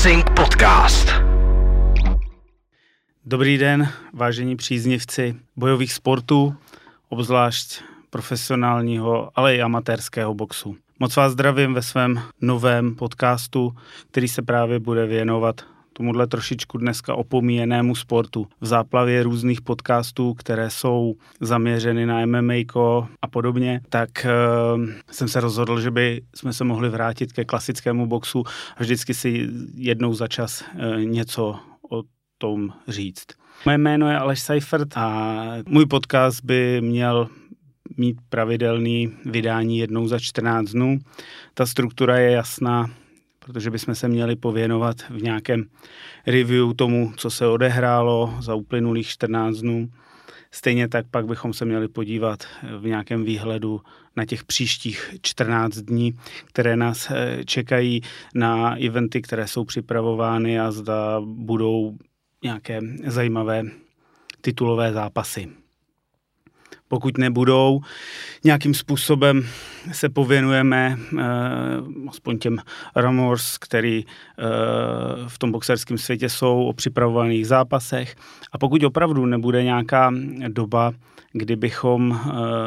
Boxing Podcast. Dobrý den, vážení příznivci bojových sportů, obzvlášť profesionálního, ale i amatérského boxu. Moc vás zdravím ve svém novém podcastu, který se právě bude věnovat tomuhle trošičku dneska opomíjenému sportu. V záplavě různých podcastů, které jsou zaměřeny na MMA a podobně, tak jsem se rozhodl, že by jsme se mohli vrátit ke klasickému boxu a vždycky si jednou za čas něco o tom říct. Moje jméno je Aleš Seifert a můj podcast by měl mít pravidelný vydání jednou za 14 dnů. Ta struktura je jasná, protože bychom se měli pověnovat v nějakém review tomu, co se odehrálo za uplynulých 14 dnů. Stejně tak pak bychom se měli podívat v nějakém výhledu na těch příštích 14 dní, které nás čekají, na eventy, které jsou připravovány a zda budou nějaké zajímavé titulové zápasy. Pokud nebudou, nějakým způsobem se pověnujeme aspoň těm rumors, který v tom boxerském světě jsou o připravovaných zápasech. A pokud opravdu nebude nějaká doba, kdybychom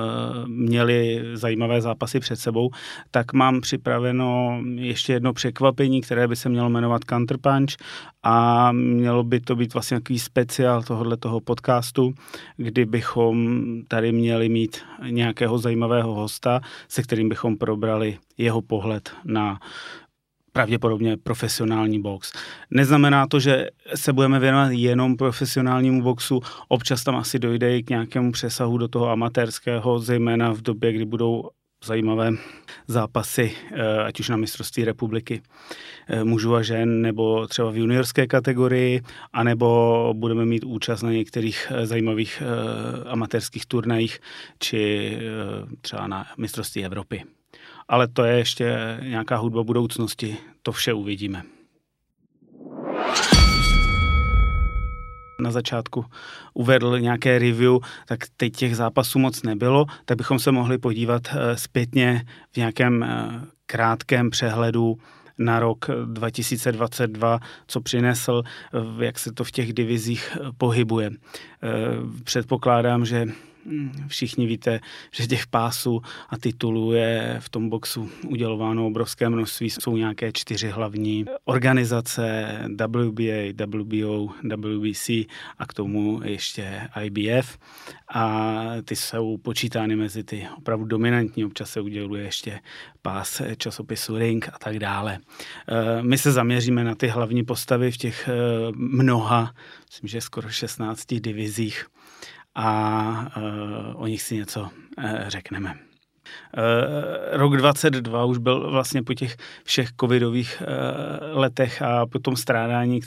měli zajímavé zápasy před sebou, tak mám připraveno ještě jedno překvapení, které by se mělo jmenovat Counterpunch a mělo by to být vlastně takový speciál tohoto podcastu, kdy bychom tady měli mít nějakého zajímavého hosta, se kterým bychom probrali jeho pohled na pravděpodobně profesionální box. Neznamená to, že se budeme věnovat jenom profesionálnímu boxu, občas tam asi dojde i k nějakému přesahu do toho amatérského, zejména v době, kdy budou zajímavé zápasy, ať už na mistrovství republiky mužů a žen, nebo třeba v juniorské kategorii, anebo budeme mít účast na některých zajímavých amatérských turnajích, či třeba na mistrovství Evropy. Ale to je ještě nějaká hudba budoucnosti, to vše uvidíme. Na začátku uvedl nějaké review, tak teď těch zápasů moc nebylo, tak bychom se mohli podívat zpětně v nějakém krátkém přehledu na rok 2022, co přinesl, jak se to v těch divizích pohybuje. Předpokládám, že všichni víte, že těch pásů a titulů je v tom boxu udělováno obrovské množství. Jsou nějaké 4 hlavní organizace, WBA, WBO, WBC a k tomu ještě IBF. A ty jsou počítány mezi ty opravdu dominantní. Občas se uděluje ještě pás časopisu Ring a tak dále. My se zaměříme na ty hlavní postavy v těch mnoha, myslím, že skoro 16 divizích, a o nich si něco řekneme. Rok 2022 už byl vlastně po těch všech covidových letech a po tom strádání,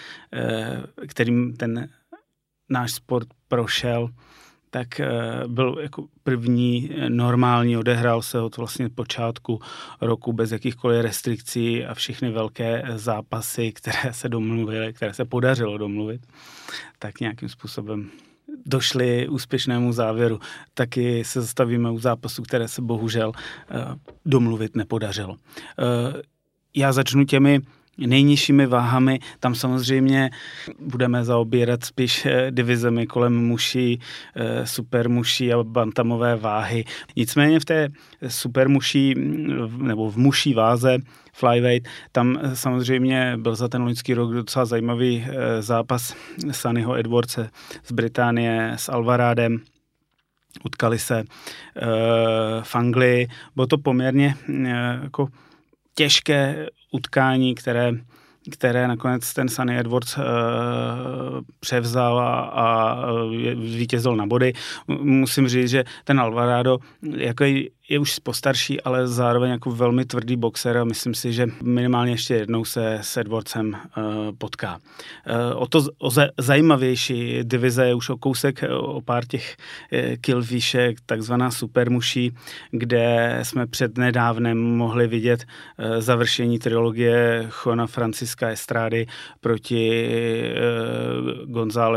kterým ten náš sport prošel, tak byl jako první normální, odehrál se od vlastně počátku roku bez jakýchkoliv restrikcí a všechny velké zápasy, které se domluvily, které se podařilo domluvit, tak nějakým způsobem došli úspěšnému závěru. Taky se zastavíme u zápasů, které se bohužel domluvit nepodařilo. Já začnu těmi nejnižšími váhami. Tam samozřejmě budeme zaobírat spíš divizemi kolem muší, supermuší a bantamové váhy. Nicméně v té supermuší nebo v muší váze flyweight, tam samozřejmě byl za ten loňský rok docela zajímavý zápas Sonnyho Edwardse z Británie s Alvarádem. Utkali se v Anglii. Bylo to poměrně jako těžké utkání, které nakonec ten Sonny Edwards převzal a zvítězil na body. Musím říct, že ten Alvarado je už postarší, ale zároveň jako velmi tvrdý boxer a myslím si, že minimálně ještě jednou se s Edwardsem potká. O zajímavější divize je už o kousek, o pár těch kilvýšek, takzvaná supermuší, kde jsme přednedávnem mohli vidět završení trilogie Juana Francisca Estrády proti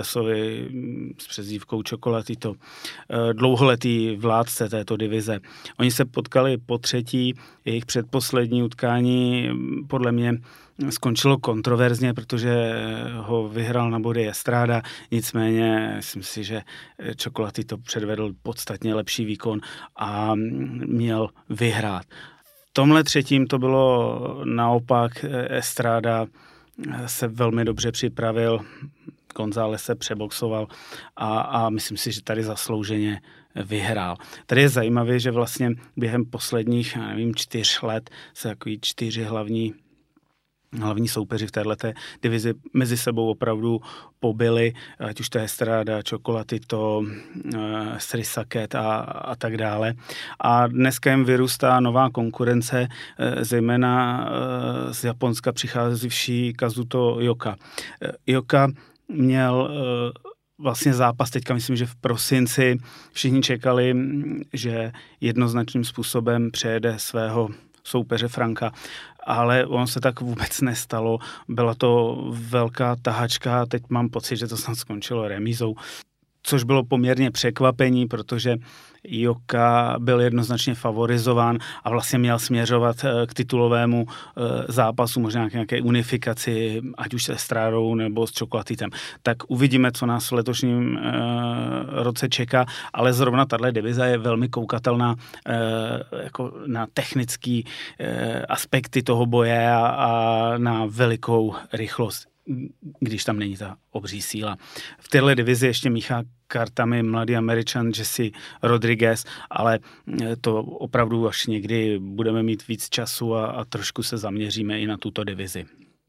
Gonzálesovi s přezdívkou Chocolatito, dlouholetý vládce této divize. Oni se potkali po třetí, jejich předposlední utkání podle mě skončilo kontroverzně, protože ho vyhrál na body Estrada, nicméně myslím si, že Čokolatý to předvedl podstatně lepší výkon a měl vyhrát. V tomhle třetím to bylo naopak, Estrada se velmi dobře připravil, González se přeboxoval a myslím si, že tady zaslouženě vyhrál. Tady je zajímavé, že vlastně během posledních, 4 let se takový 4 hlavní soupeři v této divizi mezi sebou opravdu pobili, ať už to je Estrada, Chocolatito, Srisaket a tak dále. A dneska jim vyrůstá nová konkurence, zejména z Japonska přicházivší Kazuto Ioka. Ioka měl vlastně zápas, teďka myslím, že v prosinci všichni čekali, že jednoznačným způsobem přejede svého soupeře Franka, ale ono se tak vůbec nestalo. Byla to velká tahačka, teď mám pocit, že to snad skončilo remízou, což bylo poměrně překvapení, protože Ioka byl jednoznačně favorizován a vlastně měl směřovat k titulovému zápasu, možná k nějaké unifikaci, ať už s Estrádou nebo s Chocolatitem. Tak uvidíme, co nás v letošním roce čeká, ale zrovna tahle divize je velmi koukatelná jako na technické aspekty toho boje a na velikou rychlost, když tam není ta obří síla. V téhle divizi ještě míchá kartami mladý Američan Jesse Rodriguez, ale to opravdu až někdy budeme mít víc času a trošku se zaměříme i na tuto divizi.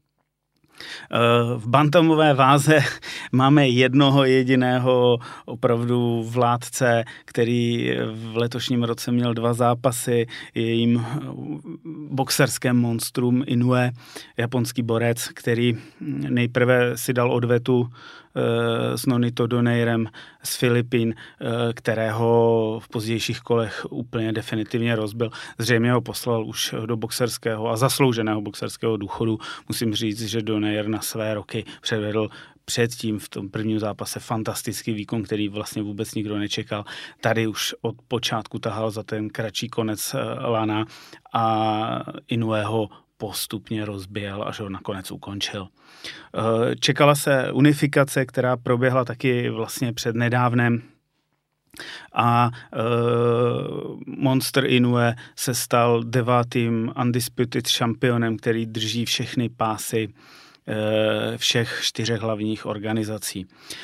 V bantamové váze máme jednoho jediného opravdu vládce, který v letošním roce měl 2 zápasy, je jim boxerském monstrum Inoue, japonský borec, který nejprve si dal odvetu s Nonito Doneirem z Filipín, kterého v pozdějších kolech úplně definitivně rozbil. Zřejmě ho poslal už do boxerského a zaslouženého boxerského důchodu. Musím říct, že Doneir na své roky předvedl předtím v tom prvním zápase fantastický výkon, který vlastně vůbec nikdo nečekal. Tady už od počátku tahal za ten kratší konec lana a Inoueho postupně rozběhl, až ho nakonec ukončil. Čekala se unifikace, která proběhla taky vlastně před nedávnem a Monster Inoue se stal 9. undisputed šampionem, který drží všechny pásy všech 4 hlavních organizací.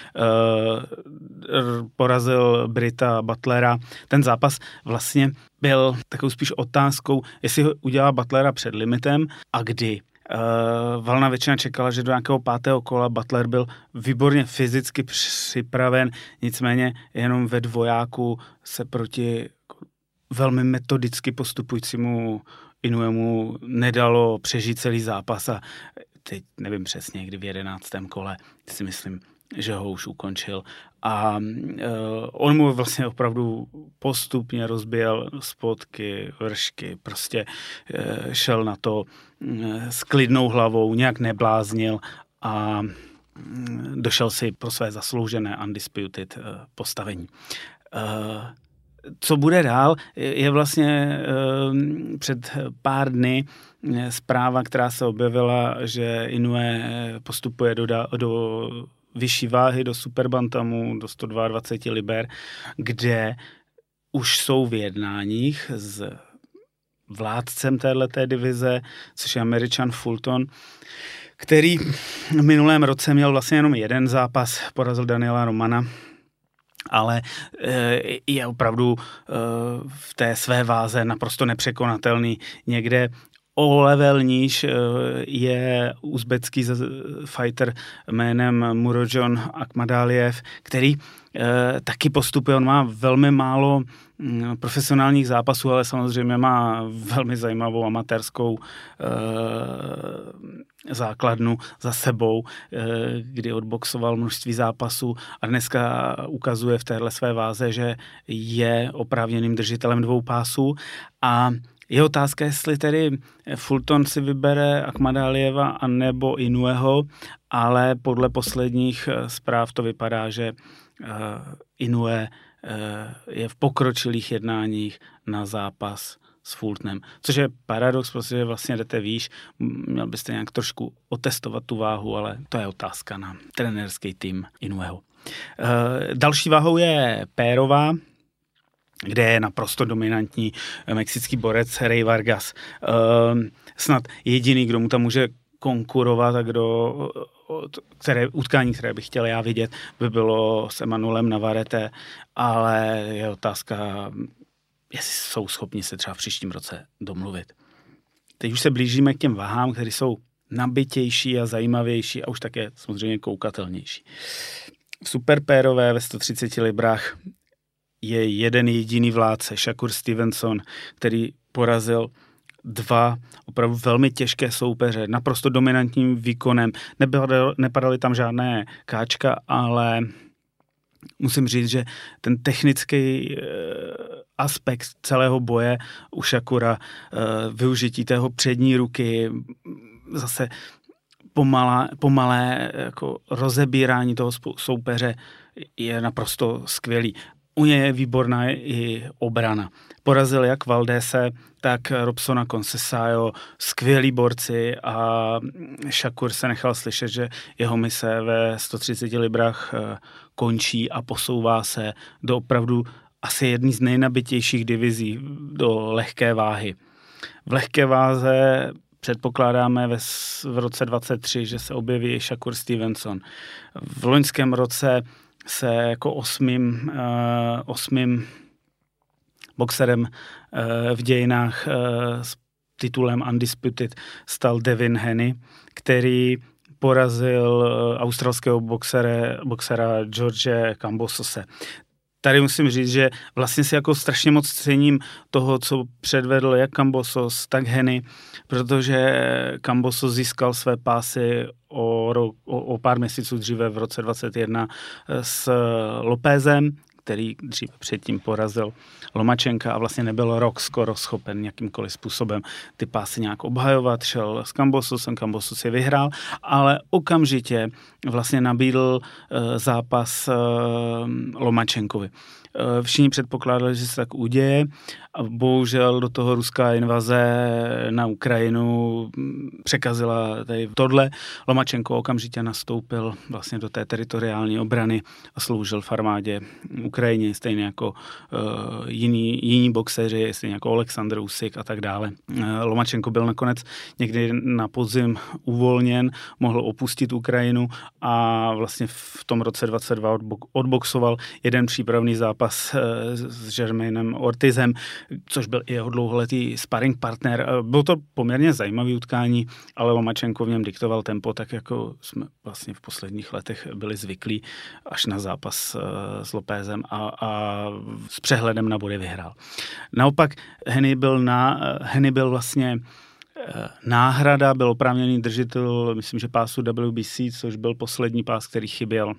Porazil Brita Butlera. Ten zápas vlastně byl takovou spíš otázkou, jestli ho udělá Butlera před limitem a kdy. Valná většina čekala, že do nějakého 5. kola Butler byl výborně fyzicky připraven, nicméně jenom ve dvojáku se proti velmi metodicky postupujícímu Inouemu nedalo přežít celý zápas a teď nevím přesně, kdy v 11. kole si myslím, že ho už ukončil. A on mu vlastně opravdu postupně rozbíjel spotky, vršky, prostě šel na to s klidnou hlavou, nějak nebláznil a došel si pro své zasloužené undisputed postavení. Co bude dál, je vlastně před pár dny zpráva, která se objevila, že Inoue postupuje do vyšší váhy, do superbantamu, do 122 liber, kde už jsou v jednáních s vládcem téhleté divize, což je Američan Fulton, který v minulém roce měl vlastně jenom 1 zápas, porazil Daniela Romana, ale je opravdu v té své váze naprosto nepřekonatelný. Někde o level níž je uzbecký fighter jménem Murodjon Akhmadaliev, který taky postupuje. On má velmi málo profesionálních zápasů, ale samozřejmě má velmi zajímavou amatérskou základnu za sebou, kdy odboxoval množství zápasů a dneska ukazuje v téhle své váze, že je oprávněným držitelem 2 pásů a je otázka, jestli tedy Fulton si vybere Akhmadalieva anebo Inoueho, ale podle posledních zpráv to vypadá, že Inoue je v pokročilých jednáních na zápas s Fultonem. Což je paradox, protože vlastně jdete výš, měl byste nějak trošku otestovat tu váhu, ale to je otázka na trenérský tým Inoueho. Další váhou je pérová, kde je naprosto dominantní mexický borec Rey Vargas. Snad jediný, kdo mu tam může konkurovat a utkání, které bych chtěl já vidět, by bylo s Emanuelem Navarrete, ale je otázka, jestli jsou schopni se třeba v příštím roce domluvit. Teď už se blížíme k těm váhám, které jsou nabitější a zajímavější a už také samozřejmě koukatelnější. V superpérové ve 130 librách je jeden jediný vládce, Shakur Stevenson, který porazil 2 opravdu velmi těžké soupeře, naprosto dominantním výkonem. Nepadaly tam žádné káčka, ale musím říct, že ten technický aspekt celého boje u Shakura, využití tého přední ruky, zase pomalé jako rozebírání toho soupeře je naprosto skvělý. U něj je výborná i obrana. Porazil jak Valdése, tak Robsona Conceição, skvělí borci a Shakur se nechal slyšet, že jeho mise ve 130 librách končí a posouvá se do opravdu asi jedný z nejnabitějších divizí do lehké váhy. V lehké váze předpokládáme v roce 23, že se objeví Shakur Stevenson. V loňském roce se jako osmým boxerem v dějinách s titulem Undisputed stal Devin Haney, který porazil australského boxera George Kambosose. Tady musím říct, že vlastně si jako strašně moc cením toho, co předvedl jak Kambosos, tak Haney, protože Kambosos získal své pásy o pár měsíců dříve v roce 21 s Lopezem, který dříve předtím porazil Lomačenka a vlastně nebyl rok skoro schopen jakýmkoliv způsobem ty pásy nějak obhajovat. Šel s Kambososem, Kambosos je vyhrál, ale okamžitě vlastně nabídl zápas Lomačenkovi. Všichni předpokládali, že se tak uděje a bohužel do toho ruská invaze na Ukrajinu překazila tady tohle. Lomačenko okamžitě nastoupil vlastně do té teritoriální obrany a sloužil v armádě Ukrajině, stejně jako jiní boxeři, stejně jako Oleksandr Usyk a tak dále. Lomačenko byl nakonec někdy na podzim uvolněn, mohl opustit Ukrajinu a vlastně v tom roce 22 odboxoval jeden přípravný zápas s Jermainem Ortizem, což byl i jeho dlouholetý sparring partner. Bylo to poměrně zajímavý utkání, ale Lomačenko v něm diktoval tempo, tak jako jsme vlastně v posledních letech byli zvyklí až na zápas s Lopezem a s přehledem na body vyhrál. Naopak Haney byl vlastně náhrada, byl oprávněný držitel, myslím, že pásu WBC, což byl poslední pás, který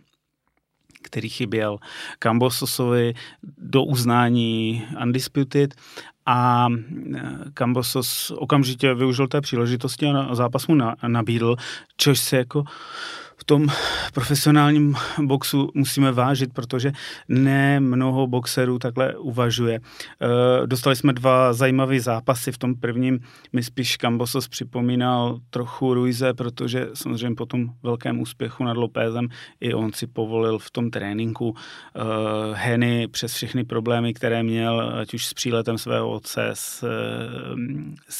chyběl Kambososovi do uznání Undisputed a Kambosos okamžitě využil té příležitosti a zápas mu nabídl, což se jako v tom profesionálním boxu musíme vážit, protože ne mnoho boxerů takhle uvažuje. Dostali jsme 2 zajímavé zápasy. V tom prvním mi spíš Kambosos připomínal trochu Ruize, protože samozřejmě po tom velkém úspěchu nad Lopezem i on si povolil v tom tréninku. Haney přes všechny problémy, které měl, ať už s příletem svého otce, s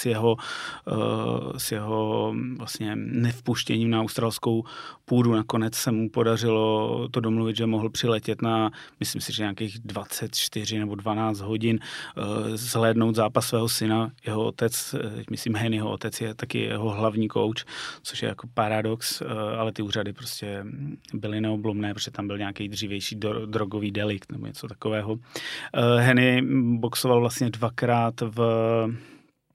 jeho vlastně nevpuštěním na australskou půdu. Nakonec se mu podařilo to domluvit, že mohl přiletět na, myslím si, že nějakých 24 nebo 12 hodin, zhlédnout zápas svého syna. Jeho otec, myslím Haneyho otec je taky jeho hlavní kouč, což je jako paradox, ale ty úřady prostě byly neoblomné, protože tam byl nějaký dřívější drogový delikt nebo něco takového. Haney boxoval vlastně 2krát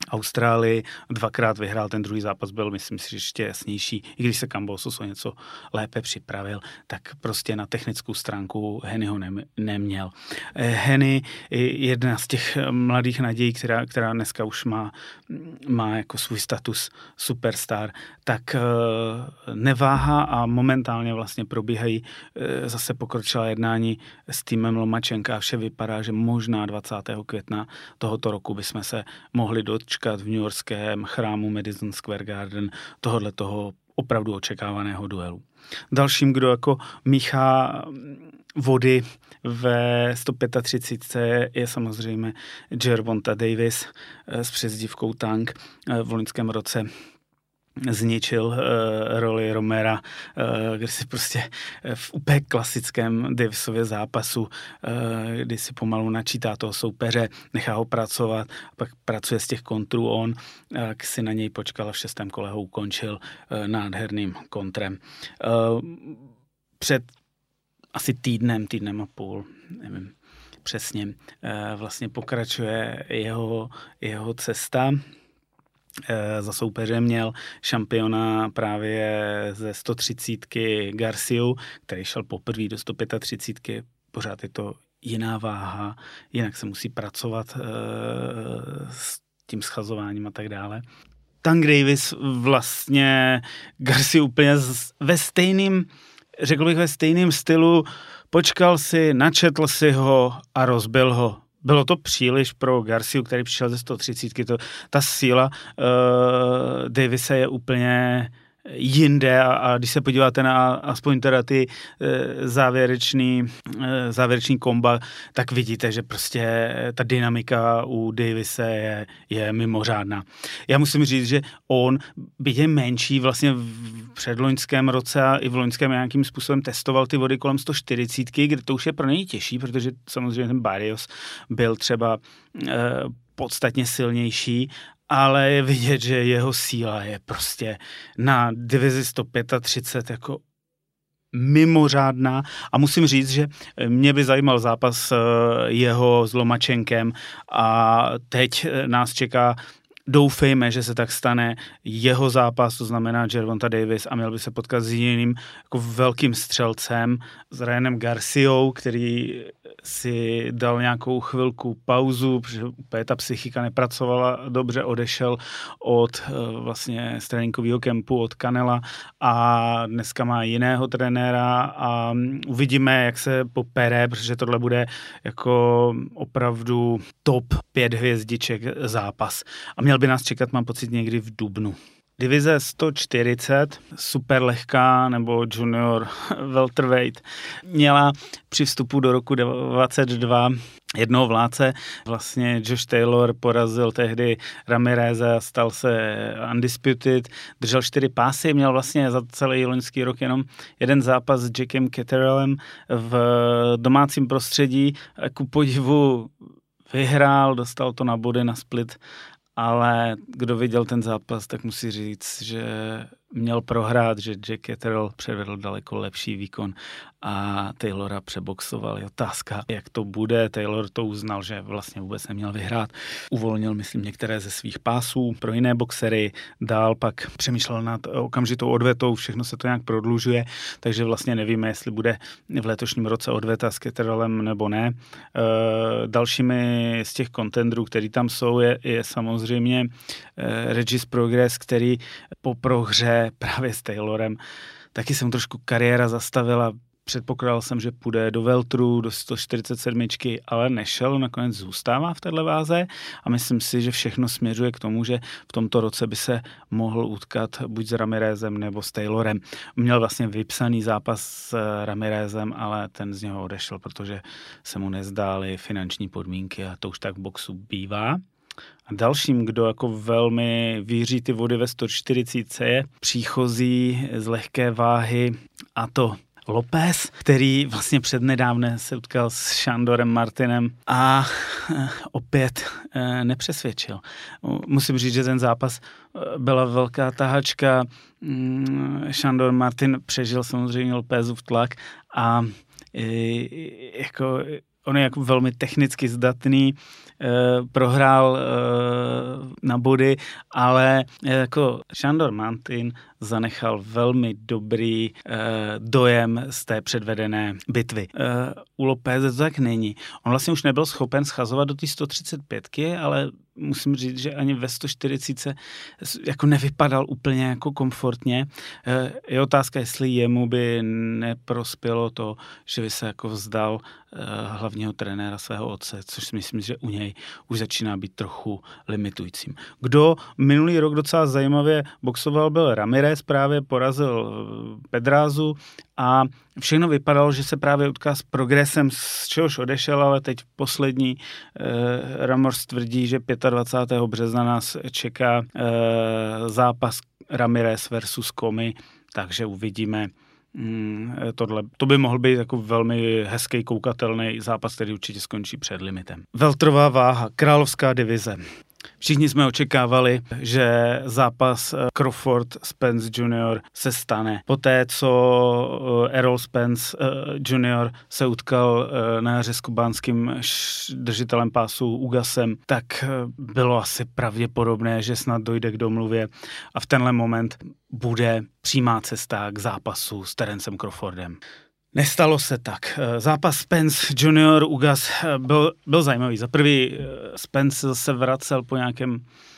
Austrálii, 2krát vyhrál, ten druhý zápas byl, myslím si, ještě jasnější, i když se Kambosos o něco lépe připravil, tak prostě na technickou stránku Henny ho neměl. Henny je jedna z těch mladých nadějí, která dneska už má jako svůj status superstar, tak neváhá a momentálně vlastně probíhají zase pokročilá jednání s týmem Lomačenka a vše vypadá, že možná 20. května tohoto roku bychom se mohli dočkat v newyorském chrámu Madison Square Garden toho opravdu očekávaného duelu. Dalším, kdo jako míchá vody ve 135 je samozřejmě Gervonta Davis s přezdívkou Tank. V loňském roce zničil roli Romera, kdy si prostě v úplně klasickém Davisově zápasu, kdy si pomalu načítá toho soupeře, nechá ho pracovat, pak pracuje z těch kontrů on, jak si na něj počkal a v 6. kole ho ukončil nádherným kontrem. Před asi týdnem a půl, nevím přesně, vlastně pokračuje jeho cesta. Za soupeřem měl šampiona právě ze 130 Garciu, který šel poprvé do 135. Pořád je to jiná váha, jinak se musí pracovat s tím schazováním a tak dále. Tank Davis vlastně Garciu úplně řekl bych ve stejném stylu, počkal si, načetl si ho a rozbil ho. Bylo to příliš pro Garciu, který přišel ze 130. Ta síla Davise je úplně jinde a když se podíváte na aspoň teda ty závěrečný komba, tak vidíte, že prostě ta dynamika u Davise je mimořádná. Já musím říct, že on, byť je menší, vlastně v předloňském roce a i v loňském nějakým způsobem testoval ty vody kolem 140, kde to už je pro něj těžší, protože samozřejmě ten Barrios byl třeba podstatně silnější, ale je vidět, že jeho síla je prostě na divizi 135 jako mimořádná a musím říct, že mě by zajímal zápas jeho s Lomačenkem a teď nás čeká, doufejme, že se tak stane, jeho zápas, to znamená Gervonta Davis, a měl by se potkat s jiným jako velkým střelcem, s Ryanem Garciou, který si dal nějakou chvilku pauzu, protože úplně ta psychika nepracovala dobře, odešel od vlastně z tréninkového kempu od Canela a dneska má jiného trenéra a uvidíme, jak se popere, protože tohle bude jako opravdu top 5 hvězdiček zápas. A měl by nás čekat, mám pocit, někdy v dubnu. Divize 140, super lehká nebo junior welterweight, měla při vstupu do roku 2022 jednoho vládce. Vlastně Josh Taylor porazil tehdy Ramireze a stal se undisputed, držel 4 pásy, měl vlastně za celý loňský rok jenom jeden zápas s Jackem Catterallem v domácím prostředí. Ku podivu vyhrál, dostal to na body, na split, ale kdo viděl ten zápas, tak musí říct, že měl prohrát, že Jack Catterall předvedl daleko lepší výkon a Taylora přeboxoval. Je otázka, jak to bude. Taylor to uznal, že vlastně vůbec neměl vyhrát. Uvolnil, myslím, některé ze svých pásů pro jiné boxery. Dál pak přemýšlel nad okamžitou odvetou, všechno se to nějak prodlužuje, takže vlastně nevíme, jestli bude v letošním roce odveta s Catterallem nebo ne. Dalšími z těch contendrů, který tam jsou, je samozřejmě Regis Progress, který po prohře právě s Taylorem taky jsem trošku kariéra zastavila. Předpokládal jsem, že půjde do welteru, do 147, ale nešel, nakonec zůstává v téhle váze a myslím si, že všechno směřuje k tomu, že v tomto roce by se mohl utkat buď s Ramirezem nebo s Taylorem. Měl vlastně vypsaný zápas s Ramirezem, ale ten z něho odešel, protože se mu nezdály finanční podmínky a to už tak v boxu bývá. A dalším, kdo jako velmi víří ty vody ve 140, je příchozí z lehké váhy, a to Lopez, který vlastně přednedávne se utkal s Shandorem Martinem a opět nepřesvědčil. Musím říct, že ten zápas byla velká tahačka. Shandor Martin přežil samozřejmě Lopezův tlak a jako on je jako velmi technicky zdatný, prohrál na body, ale jako Sándor Martin zanechal velmi dobrý dojem z té předvedené bitvy. U Lopéze to tak není. On vlastně už nebyl schopen schazovat do té 135, ale musím říct, že ani ve 140 jako nevypadal úplně jako komfortně. Je otázka, jestli jemu by neprospělo to, že by se jako vzdal hlavního trenéra svého otce, což si myslím, že u něj už začíná být trochu limitujícím. Kdo minulý rok docela zajímavě boxoval, byl Ramirez, právě porazil Pedrázu a všechno vypadalo, že se právě utká s Progresem, z čehož odešel, ale teď poslední Ramos tvrdí, že 25. března nás čeká zápas Ramirez versus Comy, takže uvidíme. To by mohl být jako velmi hezký, koukatelný zápas, který určitě skončí před limitem. Welterová váha, královská divize. Všichni jsme očekávali, že zápas Crawford-Spence Jr. se stane. Poté, co Errol Spence Jr. se utkal na jaře s kubánským držitelem pásu Ugasem, tak bylo asi pravděpodobné, že snad dojde k domluvě a v tenhle moment bude přímá cesta k zápasu s Terencem Crawfordem. Nestalo se tak. Zápas Spence Junior Ugas byl zajímavý. Za prvý Spence se vracel po nějaké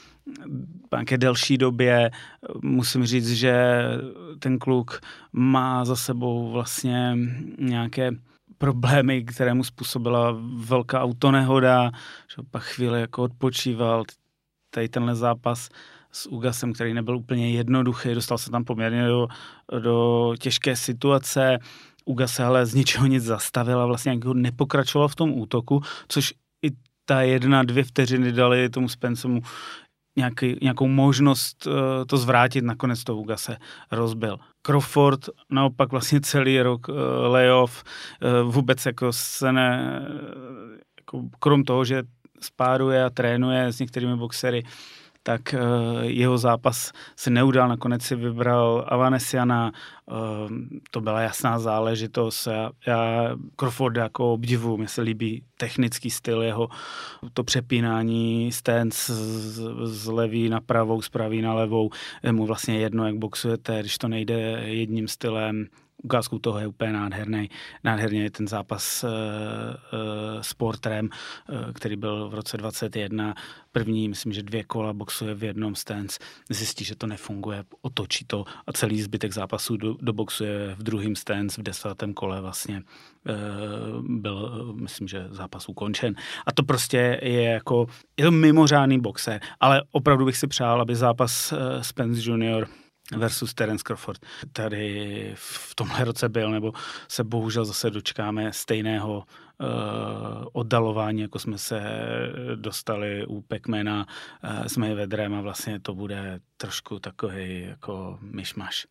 delší době. Musím říct, že ten kluk má za sebou vlastně nějaké problémy, které mu způsobila velká autonehoda, že pak chvíli jako odpočíval. Tady tenhle zápas s Ugasem, který nebyl úplně jednoduchý, dostal se tam poměrně do těžké situace. Ugas se ale z ničeho nic zastavil a vlastně jako nepokračoval v tom útoku, což i ta 1-2 vteřiny dali tomu Spencemu nějakou možnost to zvrátit, nakonec to Ugase rozbil. Crawford naopak vlastně celý rok layoff, vůbec jako se ne, jako krom toho, že spáruje a trénuje s některými boxery, tak jeho zápas se neudal, nakonec si vybral Avanesiana, to byla jasná záležitost. Já Crawforda jako obdivu, mně se líbí technický styl jeho, to přepínání stance z levý na pravou, z pravý na levou, je mu vlastně jedno, jak boxujete, když to nejde jedním stylem. Ukázkou toho je úplně nádherně je ten zápas s Porterem, který byl v roce 2021. První, myslím, že 2 kola boxuje v jednom stance, zjistí, že to nefunguje, otočí to a celý zbytek zápasů doboxuje v druhém stance, v 10. kole vlastně byl, myslím, že zápas ukončen. A to prostě je to mimořádný boxer, ale opravdu bych si přál, aby zápas Spence Jr. versus Terence Crawford tady v tomhle roce byl, nebo se bohužel zase dočkáme stejného oddalování, jako jsme se dostali u Pacmana s Mayweatherem a vlastně to bude trošku takový jako myšmaš.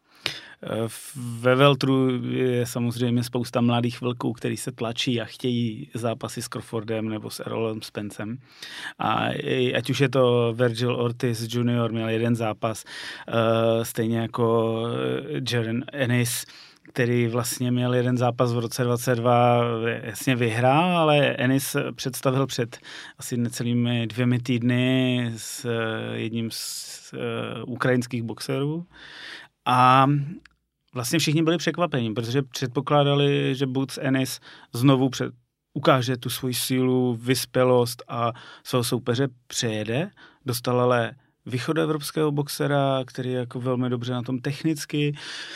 Ve welteru je samozřejmě spousta mladých vlků, který se tlačí a chtějí zápasy s Crawfordem nebo s Errolem Spencem. A ať už je to Virgil Ortiz Jr. měl jeden zápas, stejně jako Jaron Ennis, který vlastně měl jeden zápas v roce 22, jasně vyhrál, ale Ennis představil před asi necelými 2 týdny s jedním z ukrajinských boxerů. A vlastně všichni byli překvapení, protože předpokládali, že Boots Ennis znovu ukáže tu svoji sílu, vyspělost a svého soupeře přejede. Dostal ale východoevropského boxera, který je jako velmi dobře na tom technicky,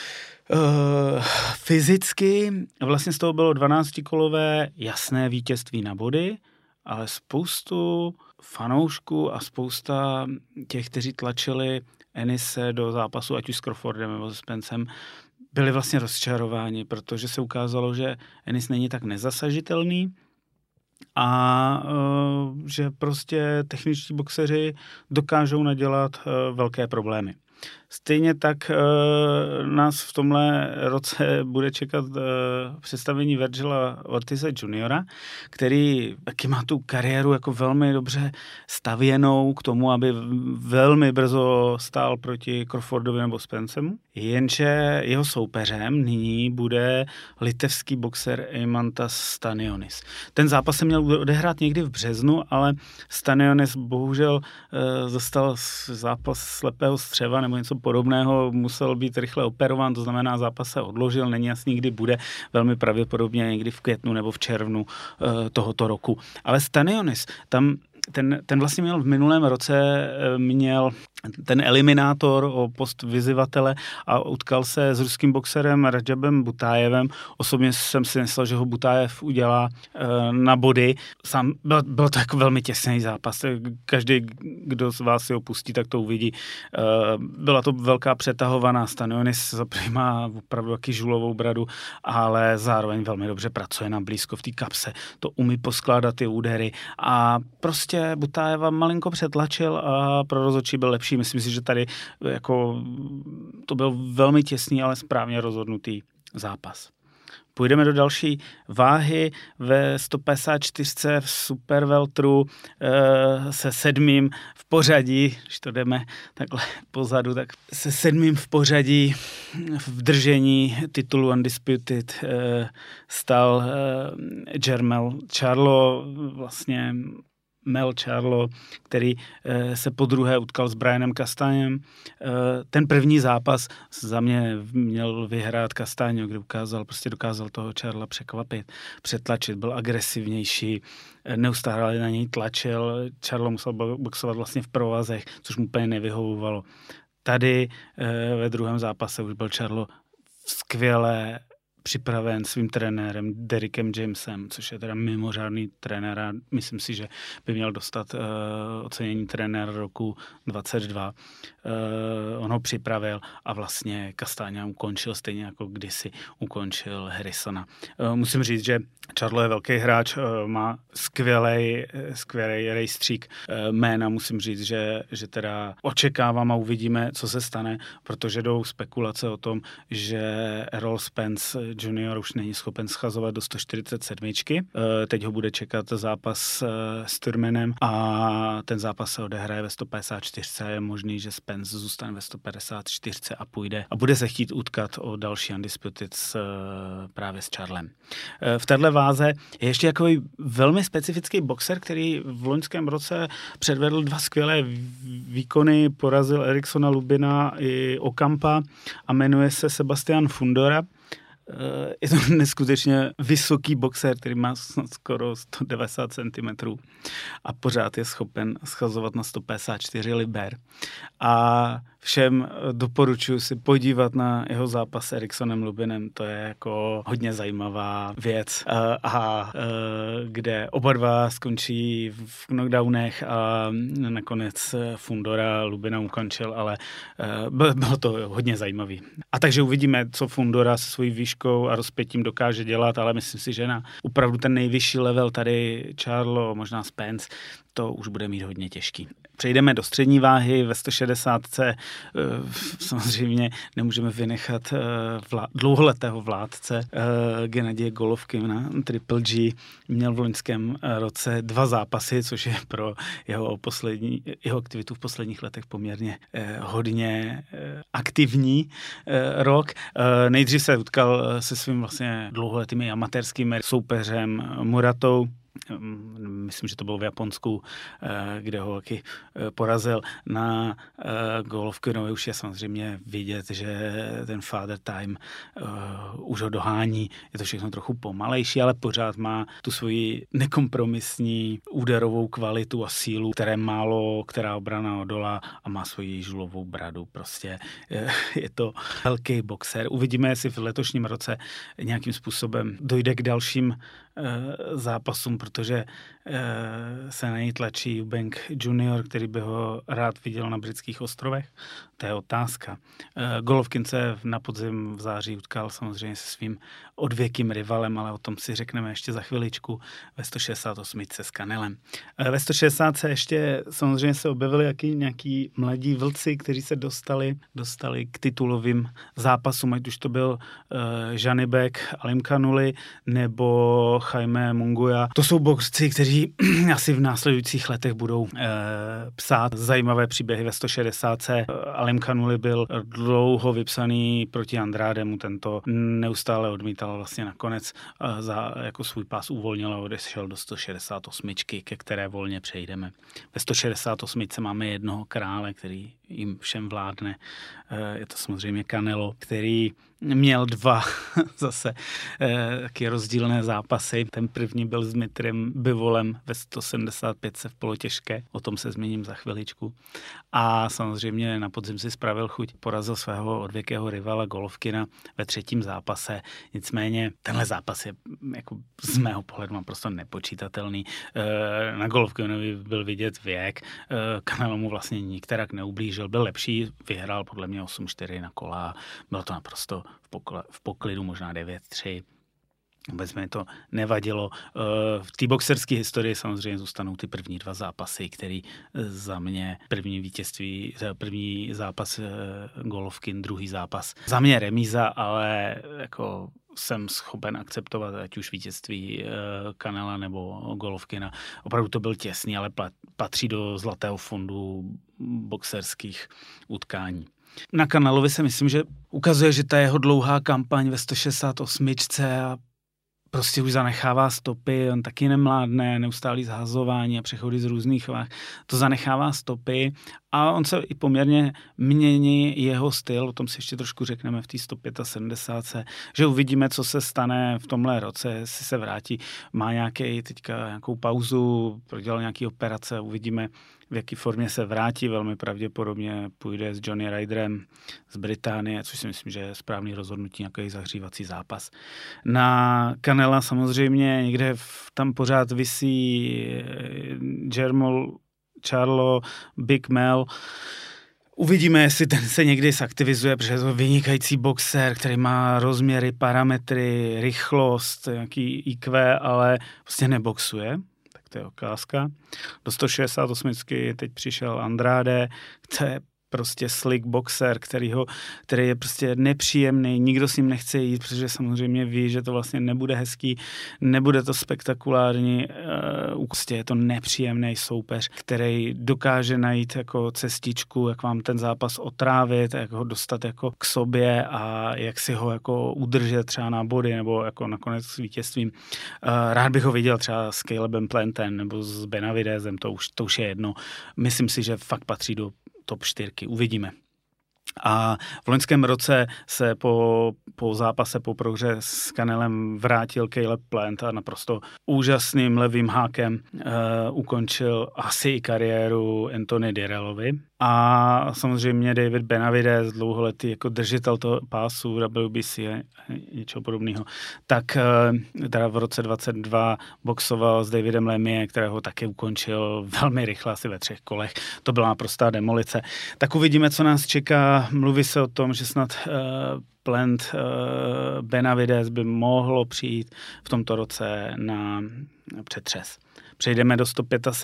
fyzicky. Vlastně z toho bylo 12kolové jasné vítězství na body, ale spoustu fanoušků a spousta těch, kteří tlačili Ennise do zápasu, ať už s Crawfordem nebo s Spencem, byli vlastně rozčarováni, protože se ukázalo, že Ennis není tak nezasažitelný a že prostě techničtí boxeři dokážou nadělat velké problémy. Stejně tak nás v tomhle roce bude čekat představení Virgila Ortize juniora, který taky má tu kariéru jako velmi dobře stavěnou k tomu, aby velmi brzo stál proti Crawfordovi nebo Spencemu. Jenže jeho soupeřem nyní bude litevský boxer Eimantas Stanionis. Ten zápas se měl odehrát někdy v březnu, ale Stanionis bohužel dostal zápas slepého střeva nebo něco podobného, musel být rychle operován, to znamená zápas se odložil, není jasný, kdy bude, velmi pravděpodobně někdy v květnu nebo v červnu tohoto roku. Ale Stanionis, ten vlastně měl v minulém roce ten eliminátor o post vyzývatele a utkal se s ruským boxerem Radžabem Butájevem. Osobně jsem si myslel, že ho Butájev udělá na body. Sám byl to jako velmi těsný zápas. Každý, kdo z vás si ho pustí, tak to uvidí. Byla to velká přetahovaná. Stanionis má opravdu taky žulovou bradu, ale zároveň velmi dobře pracuje na blízko v té kapse. To umí poskládat ty údery a prostě Butájeva malinko přetlačil a pro rozhodčí byl lepší. Myslím si, že tady jako to byl velmi těsný, ale správně rozhodnutý zápas. Půjdeme do další váhy ve 154 v superveltru se 7. v pořadí, když to jdeme takhle pozadu, tak se 7. v pořadí v držení titulu Undisputed stal Jermell Charlo, vlastně Mel Charlo, který se podruhé utkal s Brianem Castanem. Ten první zápas za mě měl vyhrát Castaño, kde dokázal toho Charla překvapit, přetlačit, byl agresivnější, neustále na něj tlačil. Charlo musel boxovat vlastně v provazech, což mu úplně nevyhovovalo. Tady ve druhém zápase už byl Charlo skvěle připraven svým trenérem Derrickem Jamesem, což je teda mimořádný trenér a myslím si, že by měl dostat ocenění trenéra roku 22. On ho připravil a vlastně Castaña ukončil stejně jako kdysi ukončil Harrisona. Musím říct, že Charlo je velký hráč, má skvělej rejstřík jména, musím říct, že teda očekávám a uvidíme, co se stane, protože jdou spekulace o tom, že Errol Spence junior už není schopen schazovat do 147. Teď ho bude čekat zápas s Turmanem a ten zápas se odehraje ve 154. Je možný, že Spence zůstane ve 154 a půjde a bude se chtít utkat o další Undisputed právě s Charlem. V téhle váze je ještě takový velmi specifický boxer, který v loňském roce předvedl 2 skvělé výkony, porazil Eriksona Lubina i Okampa a jmenuje se Sebastian Fundora. Je to neskutečně vysoký boxer, který má skoro 190 cm a pořád je schopen schazovat na 154 liber. A všem doporučuji si podívat na jeho zápas s Eriksonem Lubinem, to je jako hodně zajímavá věc, kde oba dva skončí v knockdownech a nakonec Fundora Lubina ukončil, ale bylo to hodně zajímavý. A takže uvidíme, co Fundora se svojí výškou a rozpětím dokáže dělat, ale myslím si, že na opravdu ten nejvyšší level tady Charlo, možná Spence, to už bude mít hodně těžký. Přejdeme do střední váhy ve 160. Samozřejmě nemůžeme vynechat dlouholetého vládce Gennadije Golovkin na Triple G. Měl v loňském roce 2 zápasy, což je pro jeho aktivitu v posledních letech poměrně hodně aktivní rok. Nejdřív se utkal se svým vlastně dlouholetým amatérským soupeřem Muratou. Myslím, že to bylo v Japonsku, kde ho taky porazil. Na Golovkinovi už je samozřejmě vidět, že ten father time už ho dohání. Je to všechno trochu pomalejší, ale pořád má tu svoji nekompromisní úderovou kvalitu a sílu, která obrana odolá a má svoji žulovou bradu. Prostě je to velký boxer. Uvidíme, jestli v letošním roce nějakým způsobem dojde k dalším zápasům, protože se na něj tlačí Eubank Junior, který by ho rád viděl na britských ostrovech. To je otázka. Golovkin se na podzim v září utkal samozřejmě se svým odvěkým rivalem, ale o tom si řekneme ještě za chviličku ve 168 s Canelem. Ve 160 se ještě samozřejmě se objevili nějaký mladí vlci, kteří se dostali k titulovým zápasům, ať už to byl Janibek Alimkhanuly nebo Jaime Munguia. To jsou boxci, kteří asi v následujících letech budou psát zajímavé příběhy ve 160. Alimkhanuly byl dlouho vypsaný proti Andrademu, tento neustále odmítal, vlastně nakonec jako svůj pás uvolnil a odešel do 168, ke které volně přejdeme. Ve 168 máme jednoho krále, který jim všem vládne. Je to samozřejmě Canelo, který měl dva zase taky rozdílné zápasy. Ten první byl s Dmitriem Bivolem ve 175 v polotěžké. O tom se zmíním za chviličku. A samozřejmě na podzim si spravil chuť. Porazil svého odvěkého rivala Golovkina ve třetím zápase. Nicméně tenhle zápas je jako z mého pohledu naprosto nepočítatelný. Na Golovkinovi byl vidět věk. Canelo mu vlastně nikterak neublížil. Byl lepší, vyhrál podle mě 8-4 na kola. Bylo to naprosto v poklidu, možná 9-3. Vůbec mi to nevadilo. V té boxerské historii samozřejmě zůstanou ty první dva zápasy, který za mě první zápas Golovkin, druhý zápas. Za mě remíza, ale jako jsem schopen akceptovat ať už vítězství Canela nebo Golovkina. Opravdu to byl těsný, ale patří do zlatého fondu boxerských utkání. Na Canelovi se myslím, že ukazuje, že ta jeho dlouhá kampaň ve 168 a prostě už zanechává stopy, on taky nemládne, neustálý zhazování a přechody z různých váh. To zanechává stopy a on se i poměrně mění jeho styl, o tom si ještě trošku řekneme v té 175, že uvidíme, co se stane v tomhle roce, jestli se vrátí, má nějakou pauzu, prodělal nějaký operace, uvidíme, v jaký formě se vrátí, velmi pravděpodobně půjde s Johnny Ryderem z Británie, což si myslím, že je správný rozhodnutí, nějaký zahřívací zápas. Na Canela samozřejmě někde tam pořád visí Jermol Charlo, Big Mel. Uvidíme, jestli ten se někdy zaktivizuje, protože je to vynikající boxer, který má rozměry, parametry, rychlost, nějaký IQ, ale prostě neboxuje. To je otázka. Do 168 teď přišel Andrade, to je prostě slick boxer, který je prostě nepříjemný, nikdo s ním nechce jít, protože samozřejmě ví, že to vlastně nebude hezký, nebude to spektakulární, prostě je to nepříjemný soupeř, který dokáže najít jako cestičku, jak vám ten zápas otrávit, jak ho dostat jako k sobě a jak si ho jako udržet třeba na body nebo jako nakonec s vítězstvím. Rád bych ho viděl třeba s Calebem Plantem nebo s Benavidezem, to už je jedno. Myslím si, že fakt patří do top 4. Uvidíme. A v loňském roce se po zápase, po prohře s Canelem vrátil Caleb Plant a naprosto úžasným levým hákem ukončil asi i kariéru Anthony Direllovi. A samozřejmě David Benavidez, dlouholetý jako držitel toho pásu WBC a něčeho podobného, tak teda v roce 22 boxoval s Davidem Lemie, kterého taky ukončil velmi rychle, asi ve 3 kolech. To byla naprostá demolice. Tak uvidíme, co nás čeká. Mluví se o tom, že snad Plant Benavidez by mohlo přijít v tomto roce na přetřes. Přejdeme do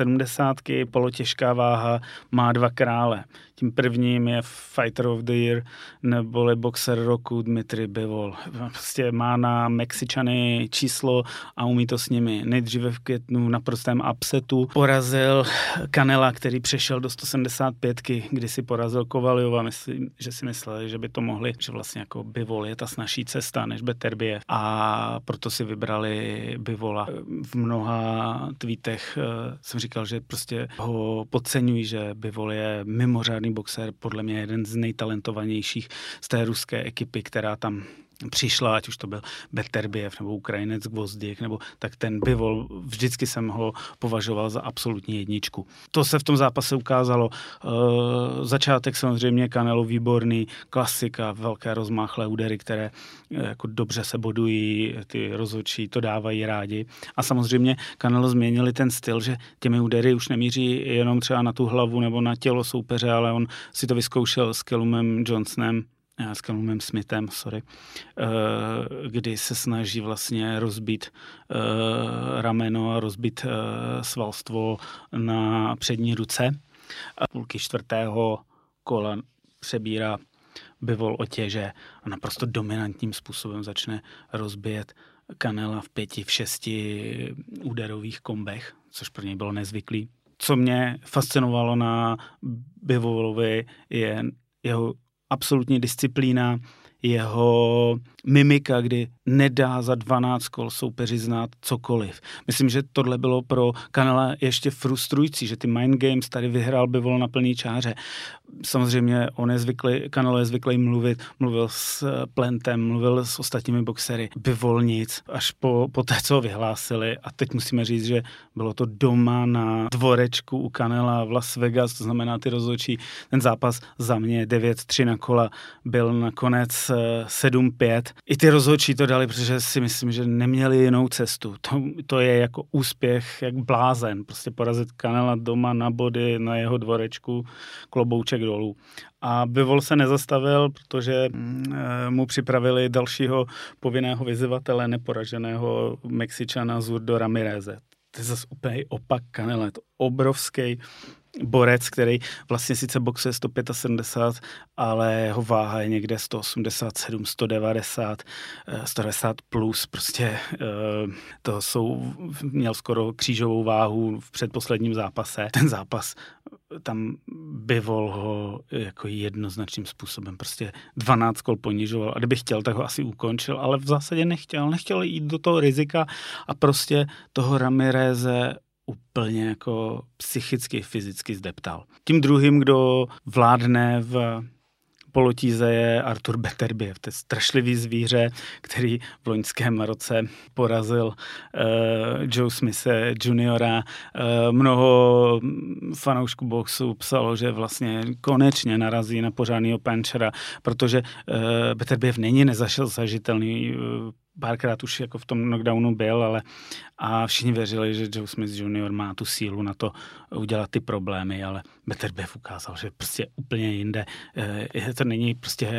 175, polotěžká váha má 2 krále. Tím prvním je Fighter of the Year neboli boxer roku Dmitry Bivol. Prostě má na Mexičany číslo a umí to s nimi. Nejdříve v květnu na prostém upsetu porazil Canela, který přešel do 175, kdy si porazil Kovaljova. Myslím, že si mysleli, že by to mohli, že vlastně jako Bivol je ta snazší cesta než Beterbiev a proto si vybrali Bivola. V mnoha tweetech jsem říkal, že prostě ho podceňují, že Bivol je mimořádný boxer, podle mě jeden z nejtalentovanějších z té ruské ekipy, která tam přišla, ať už to byl Beterbiev nebo Ukrajinec Gvozděk, nebo tak ten Bivol, vždycky jsem ho považoval za absolutní jedničku. To se v tom zápase ukázalo. Začátek samozřejmě Canelo výborný, klasika, velké rozmáchlé údery, které jako dobře se bodují, ty rozhodčí to dávají rádi. A samozřejmě Canelo změnili ten styl, že těmi údery už nemíří jenom třeba na tu hlavu nebo na tělo soupeře, ale on si to vyzkoušel s Callumem Johnsonem, s Callumem Smithem, kdy se snaží vlastně rozbít rameno a rozbít svalstvo na přední ruce. A půlky 4. kola přebírá Bivol otěže a naprosto dominantním způsobem začne rozbíjet Canela v 5, v 6 úderových kombech, což pro něj bylo nezvyklý. Co mě fascinovalo na Bivolovi je jeho absolutní disciplína, jeho mimika, kdy nedá za 12 kol soupeři znát cokoliv. Myslím, že tohle bylo pro Canela ještě frustrující, že ty mind games tady vyhrál Bivol na plný čáře. Samozřejmě Canelo je zvyklý mluvil s Plentem, mluvil s ostatními boxery. Bivol nic, až po té, co ho vyhlásili. A teď musíme říct, že bylo to doma na dvorečku u Canela v Las Vegas, to znamená ty rozhodčí. Ten zápas za mě 9-3 na kola byl nakonec 7-5. I ty rozhodčí to dali, protože si myslím, že neměli jinou cestu. To je jako úspěch, jak blázen. Prostě porazit Canela doma na body, na jeho dvorečku, klobouček dolů. A Bivol se nezastavil, protože mu připravili dalšího povinného vyzývatele, neporaženého Mexičana Zurdo Ramireze. To je zase úplně opak Canela. Je to obrovský borec, který vlastně sice boxuje 175, ale jeho váha je někde 187, 190, 190 plus, prostě měl skoro křížovou váhu v předposledním zápase. Ten zápas, tam Bivol ho jako jednoznačným způsobem prostě 12 kol ponižoval a kdyby chtěl, tak ho asi ukončil, ale v zásadě nechtěl jít do toho rizika a prostě toho Ramireze úplně jako psychicky, fyzicky zdeptal. Tím druhým, kdo vládne v polotíze, je Artur Beterbiev. To je strašlivý zvíře, který v loňském roce porazil Joe Smithe juniora. Mnoho fanoušků boxu psalo, že vlastně konečně narazí na pořádného punchera, protože Beterbiev není nezažitelný. Párkrát už jako v tom knockdownu byl, a všichni věřili, že Joe Smith Jr. má tu sílu na to udělat ty problémy, ale Beterbiev ukázal, že prostě úplně jinde. To není prostě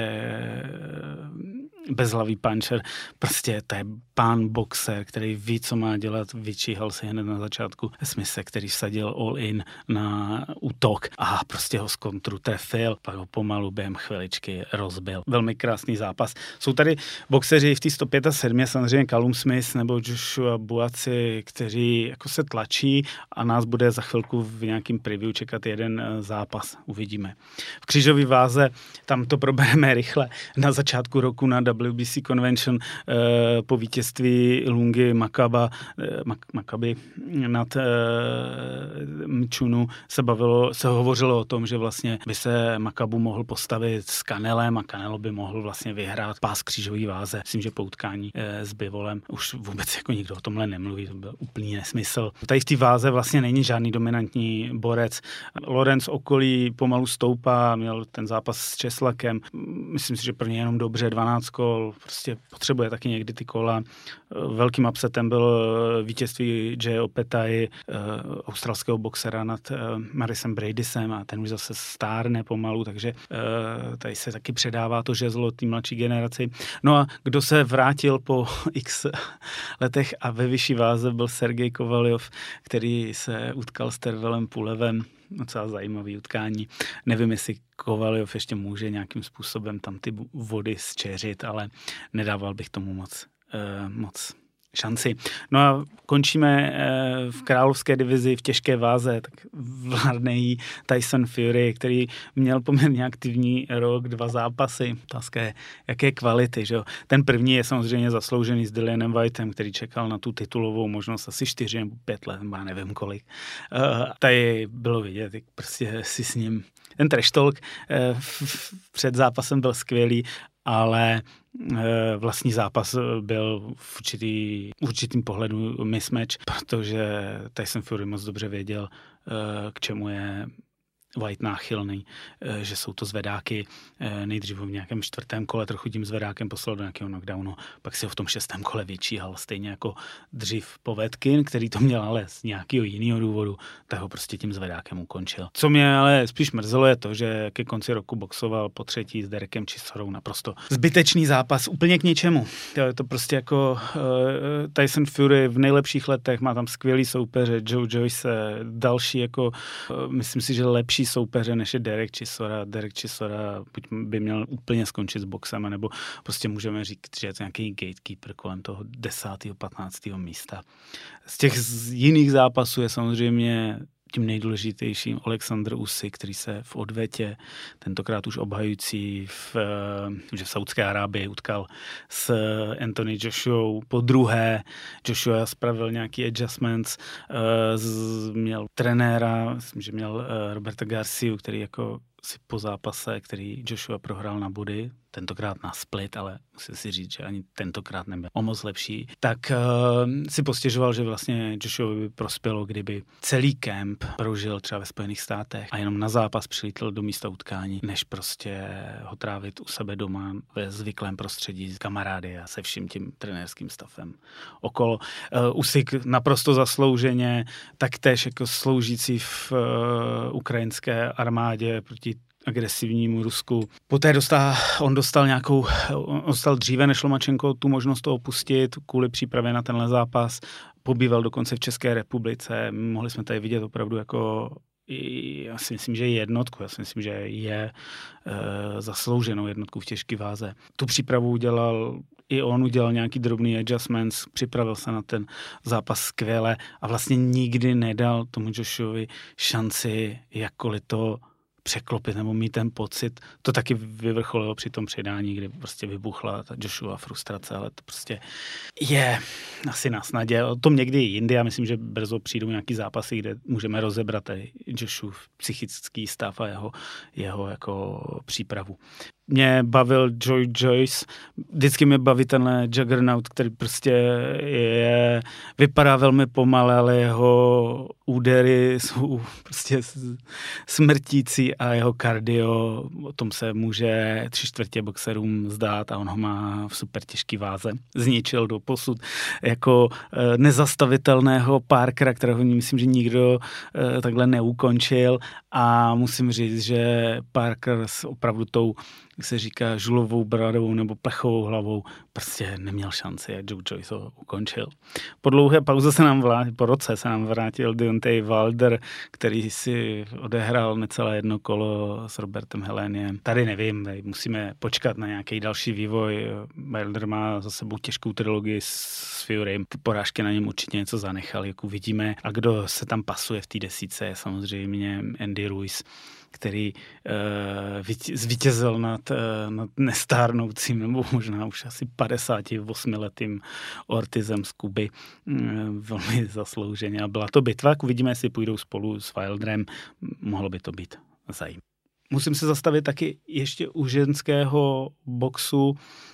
bezhlavý puncher, prostě to je pán boxer, který ví, co má dělat, vyčíhal si hned na začátku Smithe, který vsadil all in na útok a prostě ho z kontru trefil, pak ho pomalu během chviličky rozbil. Velmi krásný zápas. Jsou tady boxeři v té 175, samozřejmě Callum Smith nebo Joshua Buatsi, kteří jako se tlačí a nás bude za chvilku v nějakým preview čekat jeden zápas. Uvidíme. V křížové váze tam to probereme rychle. Na začátku roku na WBC Convention po vítězství Lungi Maccabi nad Mchunu se hovořilo o tom, že vlastně by se Maccabu mohl postavit s Canelem a Canelo by mohl vlastně vyhrát pás křížové váze. Myslím, že po utkání s Bivolem už vůbec jako nikdo o tomhle nemluví, to byl úplný nesmysl. Tady v té váze vlastně není žádný dominantní borec. Lorenz okolí pomalu stoupá, měl ten zápas s Česlakem. Myslím si, že pro ně jenom dobře 12 kol, prostě potřebuje taky někdy ty kola. Velkým upsetem byl vítězství Jay Opetaji, australského boxera nad Marisem Bradysem a ten už zase stárne pomalu, takže tady se taky předává to žezlo té mladší generaci. No a kdo se vrátil po x letech a ve vyšší váze byl Sergej Kovaljov, který se utkal s Tervelem Pulevem. Docela zajímavý utkání. Nevím, jestli Kovaljov ještě může nějakým způsobem tam ty vody zčeřit, ale nedával bych tomu moc šanci. No a končíme v královské divizi v těžké váze, tak vládne jí Tyson Fury, který měl poměrně aktivní rok, 2 zápasy. Otázka je, jaké kvality, že jo. Ten první je samozřejmě zasloužený s Dillianem Whiteem, který čekal na tu titulovou možnost asi 4 nebo 5 let, já nevím kolik. Tady bylo vidět, jak prostě si s ním ten trash talk před zápasem byl skvělý ale vlastní zápas byl v určitým pohledu mismatch, protože Tyson Fury moc dobře věděl, k čemu je White náchylný, že jsou to zvedáky. Nejdřív v nějakém 4. kole trochu tím zvedákem poslal do nějakého knockdownu, pak si ho v tom 6. kole vyčíhal, stejně jako dřív Povetkin, který to měl ale z nějakého jiného důvodu, tak ho prostě tím zvedákem ukončil. Co mě ale spíš mrzelo je to, že ke konci roku boxoval po třetí s Derekem Chisorou, naprosto zbytečný zápas, úplně k ničemu. Je to prostě jako Tyson Fury v nejlepších letech, má tam skvělý soupeře, Joe Joyce, další jako, myslím si, že lepší soupeře, než je Derek Chisora. Derek Chisora buď by měl úplně skončit s boxem, nebo prostě můžeme říct, že je to nějaký gatekeeper kolem toho 10. 15. místa. Z těch jiných zápasů je samozřejmě tím nejdůležitějším Alexander Usyk, který se v odvetě, tentokrát už obhajující v Saudské Arábii, utkal s Anthony Joshua po druhé. Joshua spravil nějaký adjustments, měl trenéra, myslím, že měl Roberta Garciu, který jako si po zápase, který Joshua prohrál na body, tentokrát na split, ale musím si říct, že ani tentokrát nebyl o moc lepší, tak si postěžoval, že vlastně Joshua by prospělo, kdyby celý kemp prožil třeba ve Spojených státech a jenom na zápas přilítl do místa utkání, než prostě ho trávit u sebe doma ve zvyklém prostředí s kamarády a se vším tím trenérským stafem okolo. Usyk naprosto zaslouženě, taktéž jako sloužící v ukrajinské armádě proti agresivnímu Rusku. Poté on dostal dříve než Lomachenko tu možnost to opustit kvůli přípravě na tenhle zápas. Pobýval dokonce v České republice. Mohli jsme tady vidět opravdu jako já si myslím, že je jednotku. Já si myslím, že je zaslouženou jednotku v těžké váze. Tu přípravu udělal nějaký drobný adjustments, připravil se na ten zápas skvěle a vlastně nikdy nedal tomu Joshuovi šanci jakkoliv to překlopit nebo mít ten pocit. To taky vyvrcholilo při tom předání, kdy prostě vybuchla ta Joshua frustrace, ale to prostě je asi na snadě. O tom někdy jindy, já myslím, že brzo přijdou nějaký zápasy, kde můžeme rozebrat Joshua psychický stav a jeho jako přípravu. Mě bavil Joe Joyce, vždycky mě baví tenhle juggernaut, který prostě vypadá velmi pomale, ale jeho údery jsou prostě smrtící a jeho kardio, o tom se může 3/4 boxerům zdát a on ho má v super těžký váze. Zničil do posud jako nezastavitelného Parkera, kterého myslím, že nikdo takhle neukončil a musím říct, že Parker s opravdu tou, jak se říká, žulovou bradou nebo plechovou hlavou prostě neměl šanci a Joe Joyce ho ukončil. Po dlouhé pauze po roce se nám vrátil Deontay Wilder, který si odehrál necelé jedno kolo s Robertem Helléniem. Tady nevím, musíme počkat na nějaký další vývoj. Wilder má za sebou těžkou trilogii s Furym. Ty porážky na něm určitě něco zanechaly, jak uvidíme. A kdo se tam pasuje v té desíce je samozřejmě Andy Ruiz, který zvítězil nad nestárnoucím, nebo možná už asi 58letým Ortizem z Kuby. Velmi zaslouženě. A byla to bitva, uvidíme, jestli půjdou spolu s Wilderem. Mohlo by to být zajímavé. Musím se zastavit taky ještě u ženského boxu.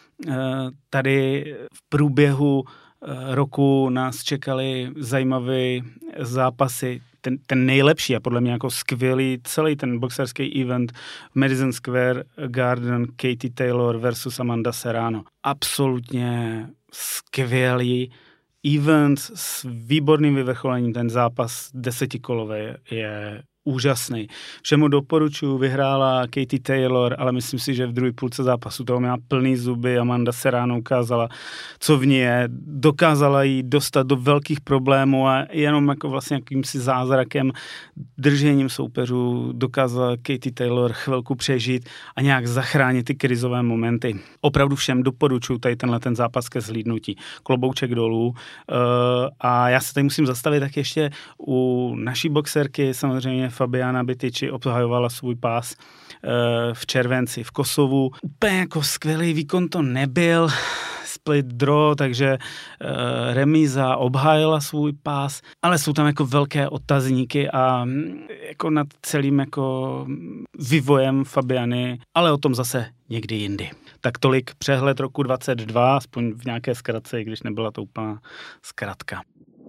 Tady v průběhu roku nás čekaly zajímavé zápasy. Ten nejlepší a podle mě jako skvělý celý ten boxerský event v Madison Square Garden, Katie Taylor versus Amanda Serrano. Absolutně skvělý event s výborným vyvrcholením. Ten zápas 10kolový je úžasný. Všemu doporučuji, vyhrála Katie Taylor, ale myslím si, že v druhé půlce zápasu toho měla plný zuby. Amanda Serrano ukázala, co v ní je. Dokázala jí dostat do velkých problémů a jenom jako vlastně jakýmsi zázrakem, držením soupeřů dokázala Katie Taylor chvilku přežít a nějak zachránit ty krizové momenty. Opravdu všem doporučuji tady ten zápas ke zhlídnutí. Klobouček dolů. A já se tady musím zastavit tak ještě u naší boxerky, samozřejmě Fabiana Bitici obhajovala svůj pás v červenci v Kosovu. Úplně jako skvělý výkon to nebyl, split draw, takže remíza, obhájila svůj pás, ale jsou tam jako velké otazníky a jako nad celým jako vývojem Fabiany, ale o tom zase někdy jindy. Tak tolik přehled roku 22, aspoň v nějaké zkratce, i když nebyla to úplná zkratka.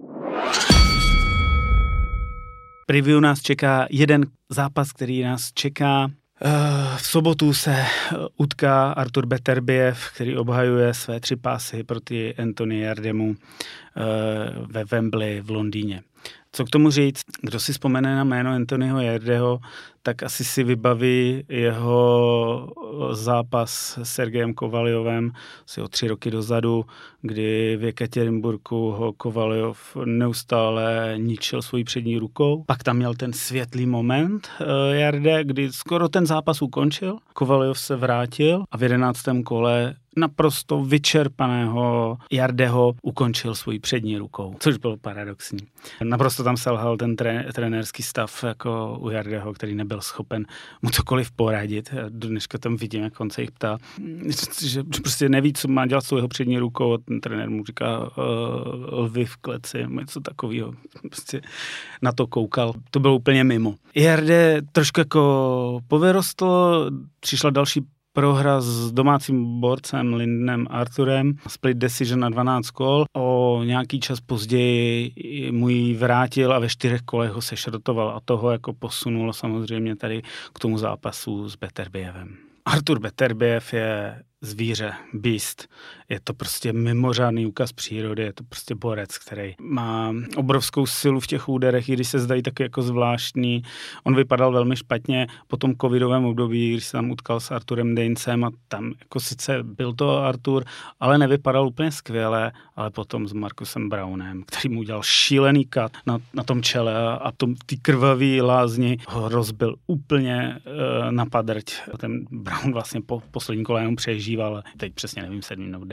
Preview nás čeká jeden zápas, který nás čeká. V sobotu se utká Artur Beterbiev, který obhajuje své 3 pásy proti Anthony Jardemu ve Wembley v Londýně. Co k tomu říct? Kdo si vzpomene na jméno Anthonyho Jardeho, tak asi si vybaví jeho zápas s Sergejem Kovaljovem asi o 3 roky dozadu, kdy v Jekaterinburgu ho Kovaljov neustále ničil svojí přední rukou. Pak tam měl ten světlý moment Jarde, kdy skoro ten zápas ukončil. Kovaljov se vrátil a v 11. kole naprosto vyčerpaného Jardeho ukončil svojí přední rukou, což bylo paradoxní. Naprosto tam selhal ten trenérský stav jako u Jardeho, který nebyl schopen mu cokoliv poradit. Do dneška tam vidím, jak on se jich ptá, že prostě neví, co má dělat s jeho přední rukou a ten trenér mu říká lvy v kleci, něco takového. Prostě na to koukal. To bylo úplně mimo. Jarde trošku jako povyrostl, přišla další prohra s domácím borcem Lindenem Arturem, split decision na 12 kol. O nějaký čas později mu ji vrátil a ve 4 kolech ho sešrotoval a toho jako posunulo samozřejmě tady k tomu zápasu s Beterbievem. Artur Beterbiev je zvíře, beast. Je to prostě mimořádný úkaz přírody, je to prostě borec, který má obrovskou silu v těch úderech, i když se zdají taky jako zvláštní. On vypadal velmi špatně po tom covidovém období, když se tam utkal s Arturem Dejncem a tam jako sice byl to Artur, ale nevypadal úplně skvěle, ale potom s Marcusem Brownem, který mu udělal šílený kat na tom čele a ty krvavý lázni ho rozbil úplně na padrť. Ten Brown vlastně po poslední kole jenom přežil, ale teď přesně nevím, 7. nebo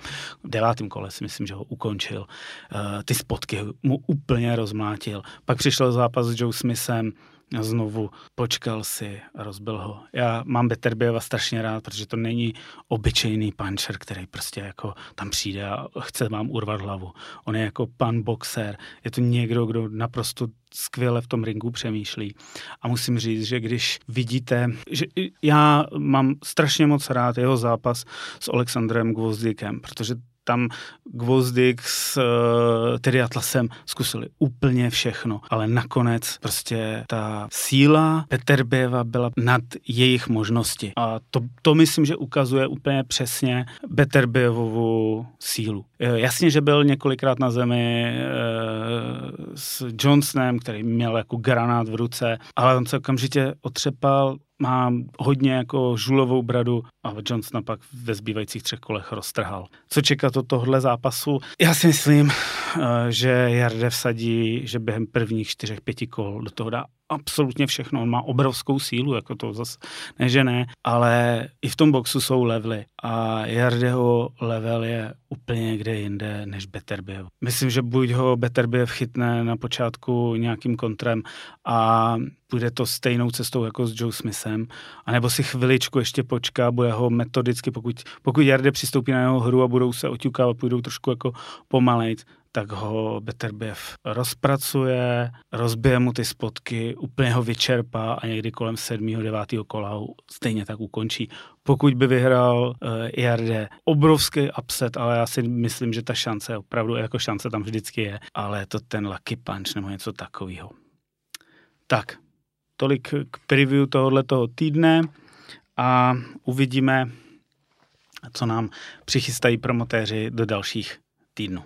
9. kole si myslím, že ho ukončil. Ty spotky mu úplně rozmlátil. Pak přišel zápas s Joe Smithem a znovu počkal si a rozbil ho. Já mám Beterbieva strašně rád, protože to není obyčejný puncher, který prostě jako tam přijde a chce vám urvat hlavu. On je jako pan boxer. Je to někdo, kdo naprosto skvěle v tom ringu přemýšlí. A musím říct, že když vidíte, že já mám strašně moc rád jeho zápas s Alexandrem Gvozdykem, protože tam Gvozdyk s Terry Atlasem zkusili úplně všechno, ale nakonec prostě ta síla Beterbieva byla nad jejich možnosti. A to myslím, že ukazuje úplně přesně Beterbievovu sílu. Jasně, že byl několikrát na zemi s Johnsonem, který měl jako granát v ruce, ale on se okamžitě otřepal, má hodně jako žulovou bradu a Johnsona pak ve zbývajících 3 kolech roztrhal. Co čekat od tohohle zápasu? Já si myslím, že Jarde vsadí, že během prvních 4-5 kol do toho dá absolutně všechno. On má obrovskou sílu, jako to zase ne, že ne, ale i v tom boxu jsou levely a Jardeho level je úplně někde jinde než Beterbiev. Myslím, že buď ho Beterbiev chytne na počátku nějakým kontrem a půjde to stejnou cestou jako s Joe Smithem, anebo si chviličku ještě počká, bude ho metodicky, pokud Jarde přistoupí na jeho hru a budou se oťukávat, půjdou trošku jako pomalejc, tak ho Beterbiev rozpracuje, rozbije mu ty spotky, úplně ho vyčerpá a někdy kolem 7. 9. kola stejně tak ukončí. Pokud by vyhrál Jarde, obrovský upset, ale já si myslím, že ta šance opravdu jako šance tam vždycky je, ale je to ten lucky punch nebo něco takového. Tak, tolik k preview tohoto týdne a uvidíme, co nám přichystají promotéři do dalších týdnů.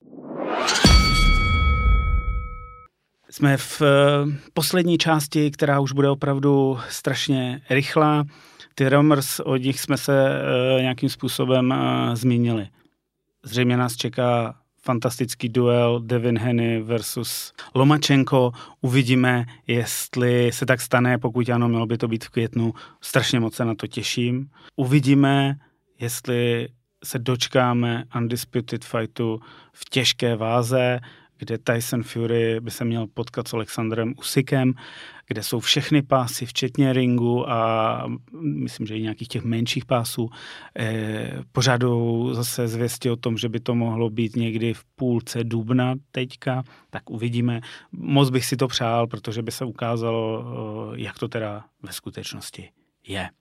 Jsme v poslední části, která už bude opravdu strašně rychlá. Ty Rumors, od nich jsme se nějakým způsobem zmínili. Zřejmě nás čeká fantastický duel Devin Haney versus Lomachenko. Uvidíme, jestli se tak stane, pokud ano, mělo by to být v květnu. Strašně moc se na to těším. Uvidíme, jestli se dočkáme Undisputed Fightu v těžké váze, kde Tyson Fury by se měl potkat s Alexandrem Usykem, kde jsou všechny pásy, včetně ringu a myslím, že i nějakých těch menších pásů. Pořádou zase zvěstí o tom, že by to mohlo být někdy v půlce dubna teďka, tak uvidíme. Moc bych si to přál, protože by se ukázalo, jak to teda ve skutečnosti je.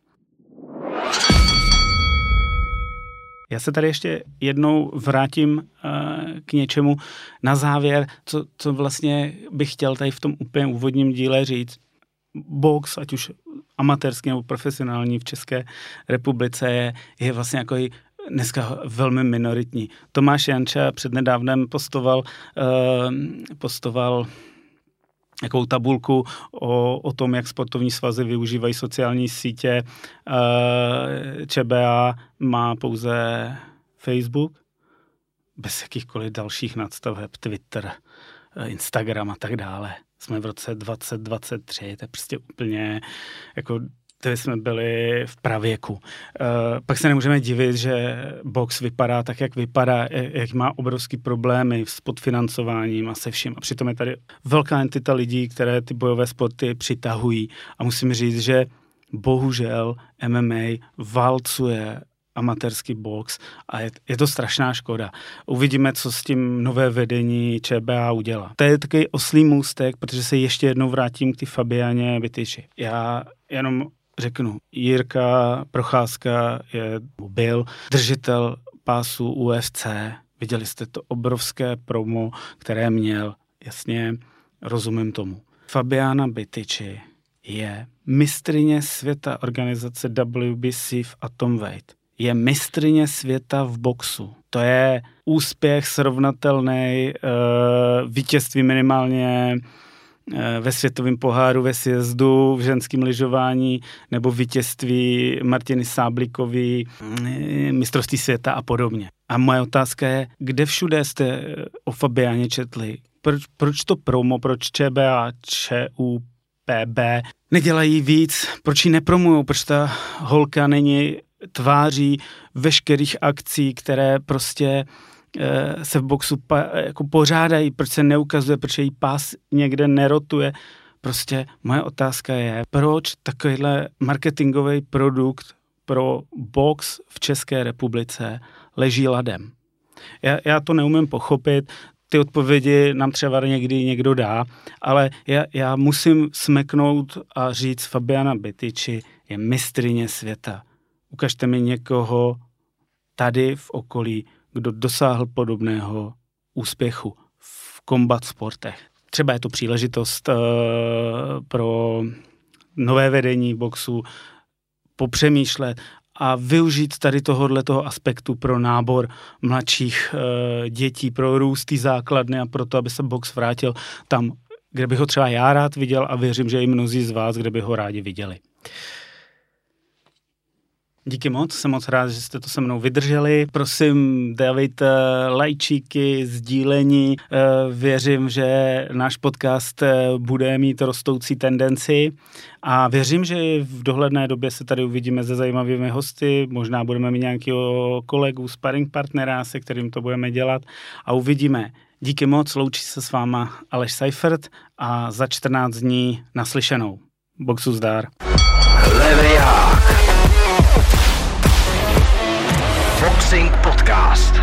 Já se tady ještě jednou vrátím k něčemu na závěr, co vlastně bych chtěl tady v tom úplně úvodním díle říct. Box, ať už amatérský nebo profesionální v České republice je vlastně jako dneska velmi minoritní. Tomáš Janča přednedávnem postoval jakou tabulku o tom, jak sportovní svazy využívají sociální sítě. ČBA má pouze Facebook, bez jakýchkoliv dalších nadstaveb, Twitter, Instagram a tak dále. Jsme v roce 2023, to je prostě úplně jako tady jsme byli v pravěku. Pak se nemůžeme divit, že box vypadá tak, jak vypadá, jak má obrovský problémy s podfinancováním a se vším. A přitom je tady velká entita lidí, které ty bojové sporty přitahují. A musím říct, že bohužel MMA válcuje amatérský box a je to strašná škoda. Uvidíme, co s tím nové vedení ČBA udělá. To je takový oslý můstek, protože se ještě jednou vrátím k ty Fabianě Bitici. Já jenom řeknu, Jirka Procházka byl držitel pásu UFC. Viděli jste to obrovské promo, které měl. Jasně, rozumím tomu. Fabiana Bitici je mistryně světa organizace WBC v atomweight. Je mistryně světa v boxu. To je úspěch srovnatelný vítězství minimálně ve světovém poháru, ve sjezdu, v ženském lyžování nebo vítězství Martiny Sáblikový, mistrovství světa a podobně. A moje otázka je, kde všude jste o Fabianě četli? Proč to promo, proč ČBA, ČUPB nedělají víc? Proč ji nepromujou? Proč ta holka není tváří veškerých akcí, které prostě se v boxu jako pořádají, proč se neukazuje, proč její pás někde nerotuje. Prostě moje otázka je, proč takovýhle marketingový produkt pro box v České republice leží ladem. Já to neumím pochopit, ty odpovědi nám třeba někdy někdo dá, ale já musím smeknout a říct, Fabiana Bitici je mistryně světa. Ukažte mi někoho tady v okolí, kdo dosáhl podobného úspěchu v combat sportech. Třeba je to příležitost pro nové vedení boxu popřemýšlet a využít tady tohoto aspektu pro nábor mladších dětí, pro růst té základny a pro to, aby se box vrátil tam, kde bych ho třeba já rád viděl a věřím, že i mnozí z vás, kde by ho rádi viděli. Díky moc, jsem moc rád, že jste to se mnou vydrželi. Prosím, dávejte lajčíky, sdílení. Věřím, že náš podcast bude mít rostoucí tendenci a věřím, že v dohledné době se tady uvidíme se zajímavými hosty. Možná budeme mít nějakého kolegu, sparring partnera, se kterým to budeme dělat a uvidíme. Díky moc, loučí se s váma Aleš Seifert a za 14 dní naslyšenou. Boxu zdar. Levý hák. Boxing Podcast.